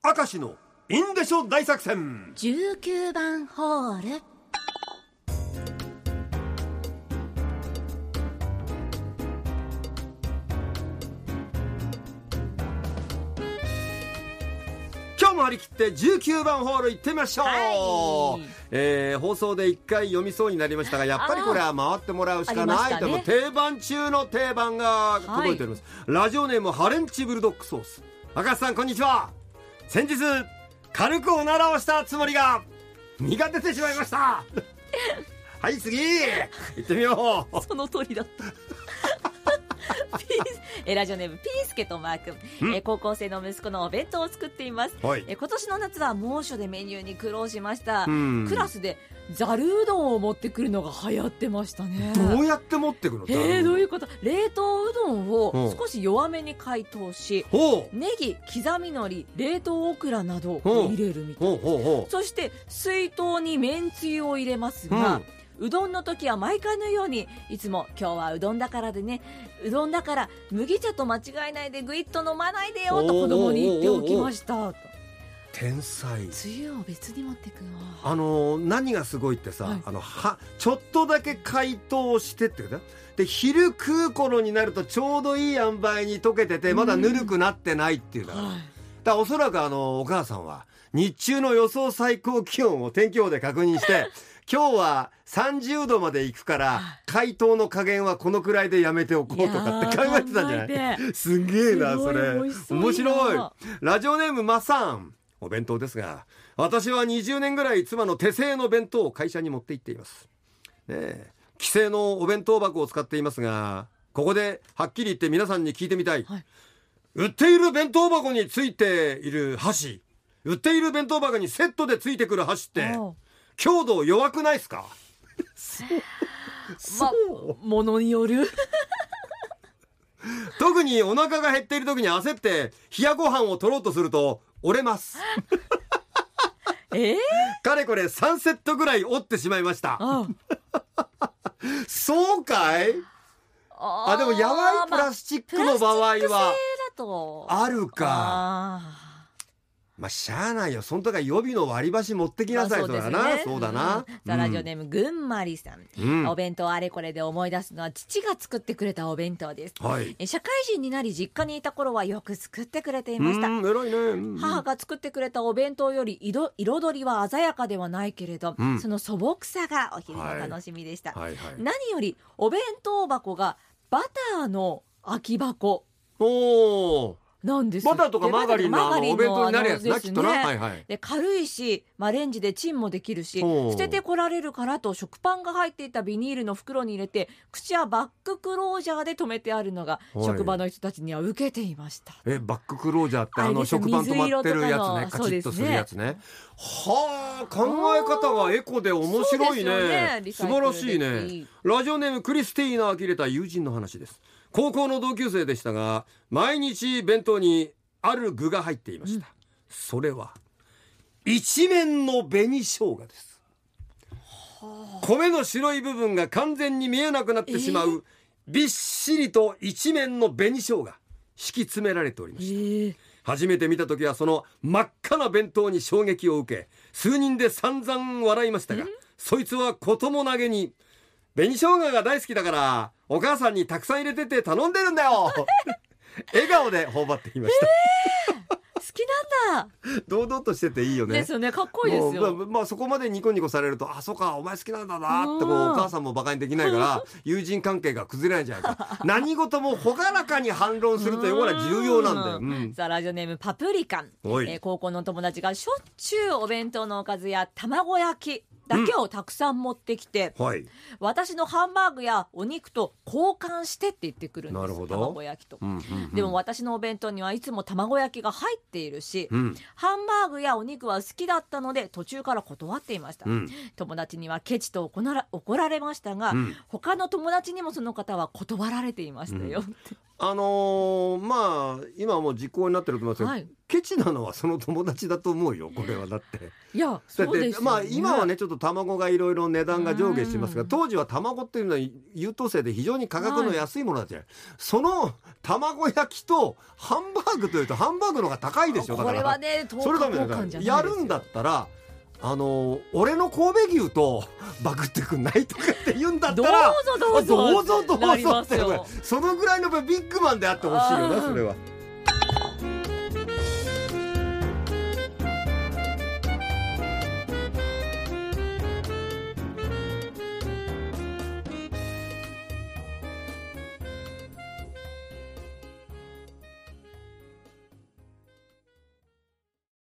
明石のインデショ大作戦 19番ホール。 今日も張り切って19番ホール行ってみましょう、放送で1回読みそうになりましたが、やっぱりこれは回ってもらうしかないと、定番中の定番が届いております、ラジオネームハレンチブルドッグソース。明石さんこんにちは。先日軽くおならをしたつもりが身が出てしまいましたはい次行ってみようその通りだったラジオネームピースケとマー君、高校生の息子のお弁当を作っています、今年の夏は猛暑でメニューに苦労しました、クラスでざるうどんを持ってくるのが流行ってましたね。 どうやって持ってくの？ どういうこと？冷凍うどんを少し弱めに解凍し、ネギ、刻みのり、冷凍オクラなどを入れるみたいです。そして水筒にめんつゆを入れますが、うどんの時は毎回のようにいつも今日はうどんだからでね、うどんだから麦茶と間違えないでグイッと飲まないでよと子供に言っておきましたと。 天才。 つゆを別に持ってくの何がすごいってさ、ちょっとだけ解凍してってで昼食う頃になるとちょうどいい塩梅に溶けててまだぬるくなってないっていうだからおそらくお母さんは日中の予想最高気温を天気予報で確認して今日は30度まで行くから解凍の加減はこのくらいでやめておこうとかって考えてたんじゃない？すげえなそれ。面白い。ラジオネームマさん。お弁当ですが、私は20年ぐらい妻の手製の弁当を会社に持って行っています、既製のお弁当箱を使っていますが、ここではっきり言って皆さんに聞いてみたい、売っている弁当箱についている箸、売っている弁当箱にセットでついてくる箸って強度弱くないですか？ ものによる特にお腹が減っている時に焦って冷やご飯を取ろうとすると折れますかれこれ3セットぐらい折ってしまいましたそうかい？でもやばいプラスチックの場合はあるか。しゃあないよ。そんとか予備の割り箸持ってきなさい。そうだな。そうだな。 ラジオネームぐんまりさん、お弁当あれこれで思い出すのは父が作ってくれたお弁当です、社会人になり実家にいた頃はよく作ってくれていました。 偉いね。 母が作ってくれたお弁当より彩りは鮮やかではないけれど、その素朴さがお昼の楽しみでした、何よりお弁当箱がバターの空き箱なんです。 バターとかマーガリンのお弁当になるやつな、きっとな。 で軽いし、レンジでチンもできるし、捨ててこられるからと食パンが入っていたビニールの袋に入れて口はバッククロージャーで留めてあるのが職場の人たちには受けていました。 バッククロージャーって食パン止まってるやつね、カチッとするやつね。はあ、考え方がエコで面白いね。素晴らしいね。ラジオネームクリスティーナあきれた友人の話です。高校の同級生でしたが、毎日弁当にある具が入っていました、それは一面の紅生姜です。米の白い部分が完全に見えなくなってしまう、びっしりと一面の紅生姜敷き詰められておりました、初めて見た時はその真っ赤な弁当に衝撃を受け、数人で散々笑いましたが、そいつはこともなげに紅生姜が大好きだからお母さんにたくさん入れてって頼んでるんだよ笑顔で頬張っていました、 好きなんだ。 堂々としてていいよね。 ですよね。かっこいいですよ。 そこまでニコニコされると、あ、そうかお前好きなんだなってお母さんもバカにできないから友人関係が崩れないんじゃないか何事も朗らかに反論するということが重要なんだよ、 さあラジオネームパプリカン、高校の友達がしょっちゅうお弁当のおかずや卵焼きだけをたくさん持ってきて、私のハンバーグやお肉と交換してって言ってくるんです。卵焼きと、でも私のお弁当にはいつも卵焼きが入っているし、ハンバーグやお肉は好きだったので途中から断っていました、友達にはケチと怒られましたが、他の友達にもその方は断られていましたよ、 まあ今はもう時効になってると思いますけど、はい、ケチなのはその友達だと思うよこれは。だっていやそうですよね。 まあ今はねちょっと卵がいろいろ値段が上下してますが、当時は卵っていうのは優等生で非常に価格の安いものだった、はい、その卵焼きとハンバーグというとハンバーグの方が高いでしょ。だからこれはねそれだめやるんだったら俺の神戸牛とバクってくんないとかって言うんだったらどうぞどうぞってそのぐらいのビッグマンであってほしいよなそれは。